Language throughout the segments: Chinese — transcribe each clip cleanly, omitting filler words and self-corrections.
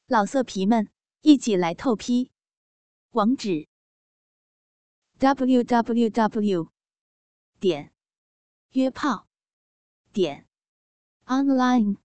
老色皮们，一起来透批！网址 www.约炮online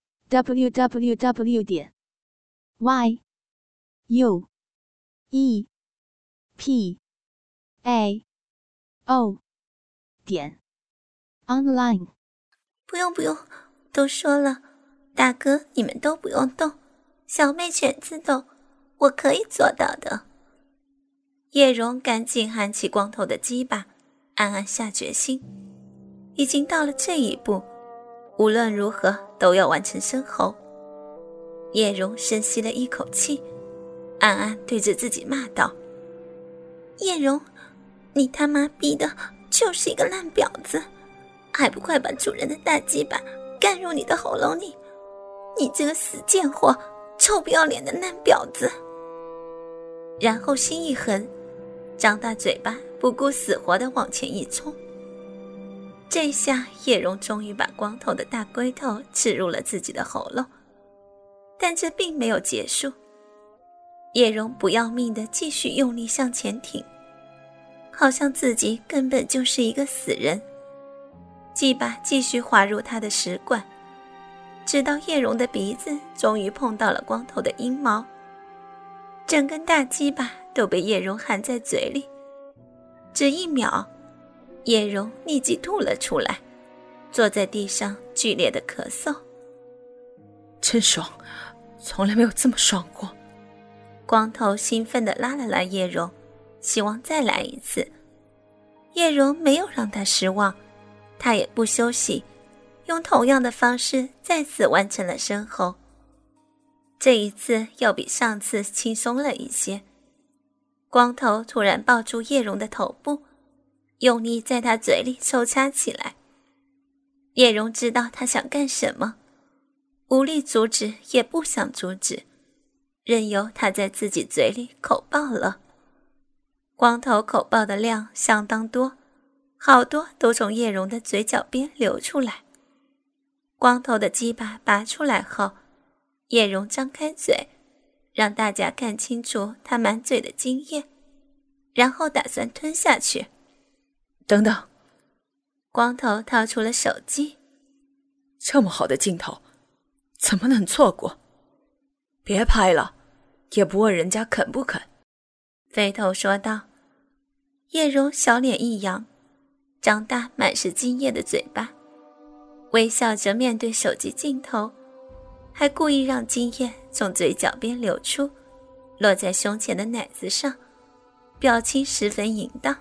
www.yuepao.online。 不用，都说了，大哥你们都不用动，小妹全自动，我可以做到的。叶蓉赶紧含起光头的鸡巴，暗暗下决心，已经到了这一步，无论如何都要完成生猴。叶蓉深吸了一口气，暗暗对着自己骂道：叶蓉，你他妈逼的就是一个烂婊子，还不快把主人的大鸡巴干入你的喉咙里，你这个死贱货，臭不要脸的烂婊子。然后心一横，张大嘴巴不顾死活地往前一冲。这下叶蓉终于把光头的大龟头刺入了自己的喉咙，但这并没有结束。叶蓉不要命地继续用力向前挺，好像自己根本就是一个死人。鸡巴继续滑入他的食管，直到叶蓉的鼻子终于碰到了光头的阴毛，整根大鸡巴都被叶蓉含在嘴里。只1秒，叶蓉立即吐了出来，坐在地上剧烈的咳嗽。 真爽，从来没有这么爽过。 光头兴奋地拉了拉叶蓉，希望再来一次。叶蓉没有让他失望，他也不休息，用同样的方式再次完成了生猴。这一次要比上次轻松了一些。光头突然抱住叶蓉的头部，用力在她嘴里抽插起来。叶蓉知道他想干什么，无力阻止也不想阻止，任由他在自己嘴里口爆了。光头口爆的量相当多，好多都从叶蓉的嘴角边流出来。光头的鸡巴拔出来后，叶蓉张开嘴，让大家看清楚他满嘴的精液，然后打算吞下去。 等等， 光头掏出了手机。 这么好的镜头，怎么能错过？别拍了，也不问人家肯不肯。 飞头说道。叶蓉小脸一扬，张大满是精液的嘴巴，微笑着面对手机镜头，还故意让精液从嘴角边流出，落在胸前的奶子上，表情十分淫荡。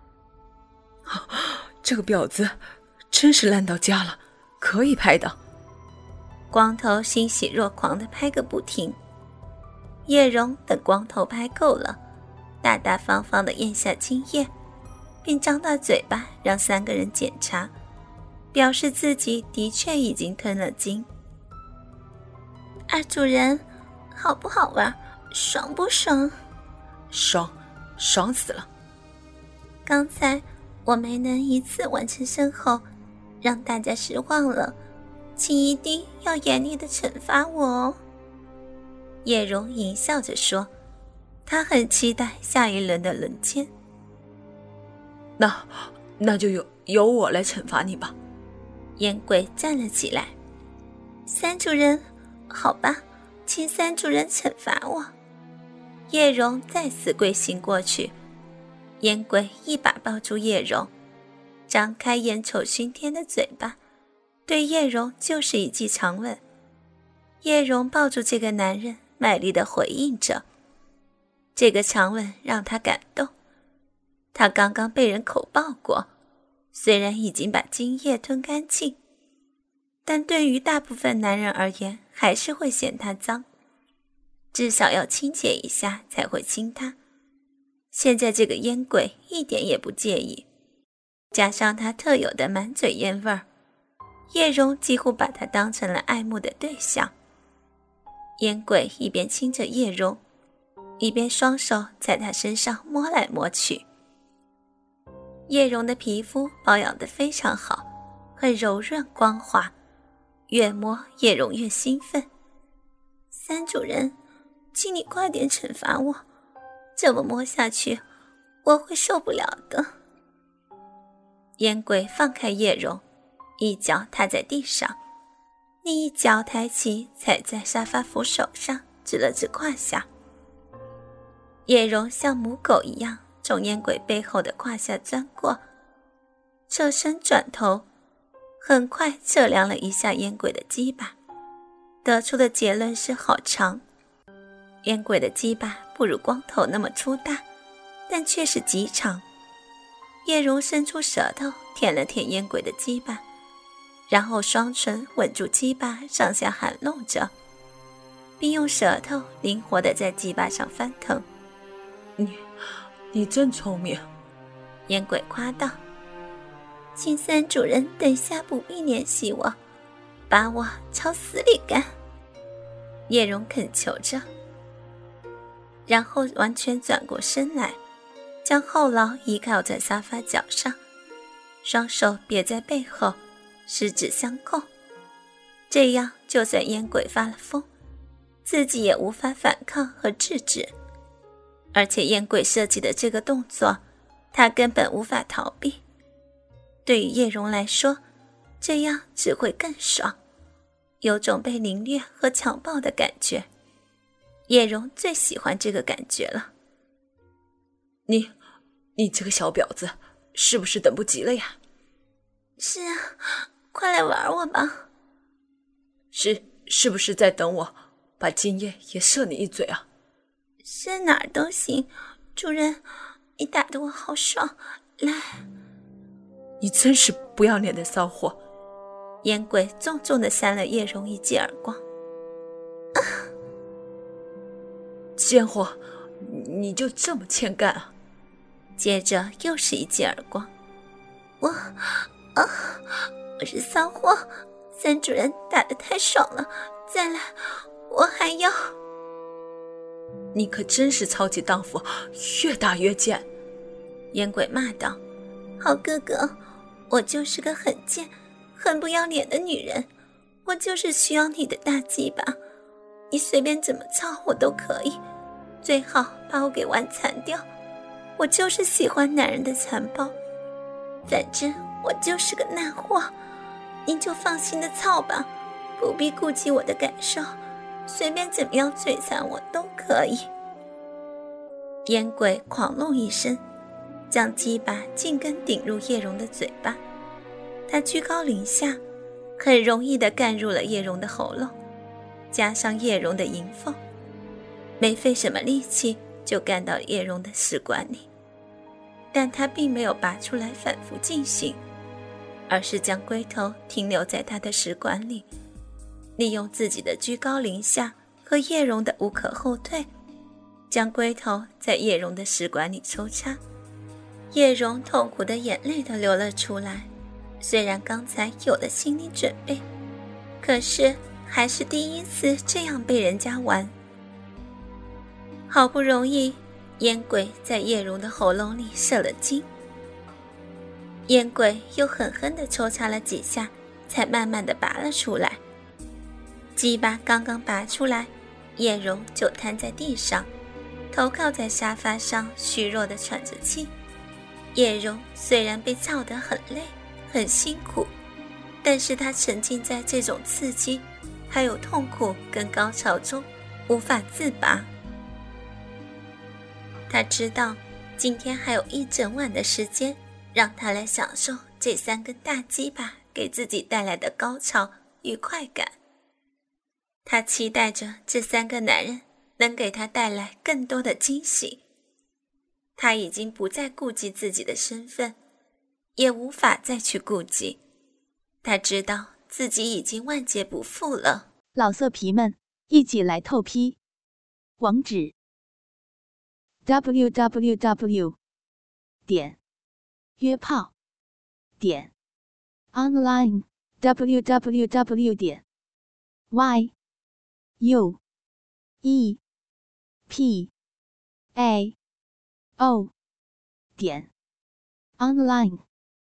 这个婊子真是烂到家了，可以拍的。 光头欣喜若狂地拍个不停。叶蓉等光头拍够了，大大方方地咽下精液，并张大嘴巴让3个人检查，表示自己的确已经吞了精。二主人，好不好玩？爽不爽？ 爽死了。 刚才我没能一次完成生猴，让大家失望了，请一定要严厉的惩罚我哦。叶蓉淫笑着说，她很期待下一轮的轮奸。 那就由我来惩罚你吧。 烟鬼站了起来。三主人，好吧，请三主人惩罚我。叶蓉再次跪行过去，烟鬼一把抱住叶蓉，张开眼瞅熏天的嘴巴，对叶蓉就是一记长吻。叶蓉抱住这个男人，卖力地回应着。这个长吻让她感动，她刚刚被人口爆过，虽然已经把精液吞干净，但对于大部分男人而言还是会嫌它脏，至少要清洁一下才会亲它。现在这个烟鬼一点也不介意，加上他特有的满嘴烟味儿，叶蓉几乎把他当成了爱慕的对象。烟鬼一边亲着叶蓉，一边双手在她身上摸来摸去。叶蓉的皮肤保养得非常好，很柔润光滑，越摸叶蓉越兴奋。三主人， 请你快点惩罚我，这么摸下去我会受不了的。烟鬼放开叶蓉，一脚踏在地上，另一脚抬起踩在沙发扶手上，指了指胯下。叶蓉像母狗一样从烟鬼背后的胯下钻过，侧身转头，很快测量了一下烟鬼的鸡巴，得出的结论是好长。烟鬼的鸡巴不如光头那么粗大，但却是极长。叶蓉伸出舌头舔了舔烟鬼的鸡巴，然后双唇吻住鸡巴上下含弄着，并用舌头灵活地在鸡巴上翻腾。 你真聪明， 烟鬼夸道。请三主人等下不必联系我，把我朝死里干。叶蓉恳求着，然后完全转过身来，将后脑依靠在沙发角上，双手别在背后，十指相扣。这样就算烟鬼发了疯，自己也无法反抗和制止。而且烟鬼设计的这个动作，他根本无法逃避。对于叶蓉来说，这样只会更爽，有种被凌虐和强暴的感觉。叶蓉最喜欢这个感觉了。 你这个小婊子，是不是等不及了呀？ 是啊，快来玩我吧。 是不是在等我把精液也射你一嘴啊？ 射哪儿都行，主人，你打得我好爽，来。 你真是不要脸的骚货！ 烟鬼重重地扇了叶蓉一记耳光。 贱货，你就这么欠干啊？ 接着又是一记耳光。我是骚货，三主人打得太爽了，再来，我还要。 你可真是超级荡妇，越打越贱！ 烟鬼骂道。好哥哥，我就是个很贱很不要脸的女人，我就是需要你的大鸡巴，你随便怎么操我都可以，最好把我给玩残掉，我就是喜欢男人的残暴，反正我就是个烂货，您就放心的操吧，不必顾及我的感受，随便怎么样摧残我都可以。烟鬼狂怒一声，将鸡巴尽根顶入叶蓉的嘴巴，他居高临下，很容易地干入了叶蓉的喉咙，加上叶蓉的阴缝，没费什么力气就干到叶蓉的食管里。但他并没有拔出来反复进行，而是将龟头停留在他的食管里，利用自己的居高临下和叶蓉的无可后退，将龟头在叶蓉的食管里抽插。叶蓉痛苦的眼泪都流了出来，虽然刚才有了心理准备，可是还是第一次这样被人家玩。好不容易烟鬼在叶蓉的喉咙里射了精，烟鬼又狠狠地抽插了几下，才慢慢地拔了出来。鸡巴刚刚拔出来，叶蓉就瘫在地上，头靠在沙发上，虚弱地喘着气。叶蓉虽然被操得很累很辛苦，但是她沉浸在这种刺激还有痛苦跟高潮中，无法自拔。她知道今天还有一整晚的时间，让她来享受这3根大鸡巴给自己带来的高潮与快感。她期待着这3个男人能给她带来更多的惊喜。她已经不再顾及自己的身份，也无法再去顾及。她知道自己已经万劫不复了。 老色皮们，一起来透批！网址 www.约炮.online www.yuepao.online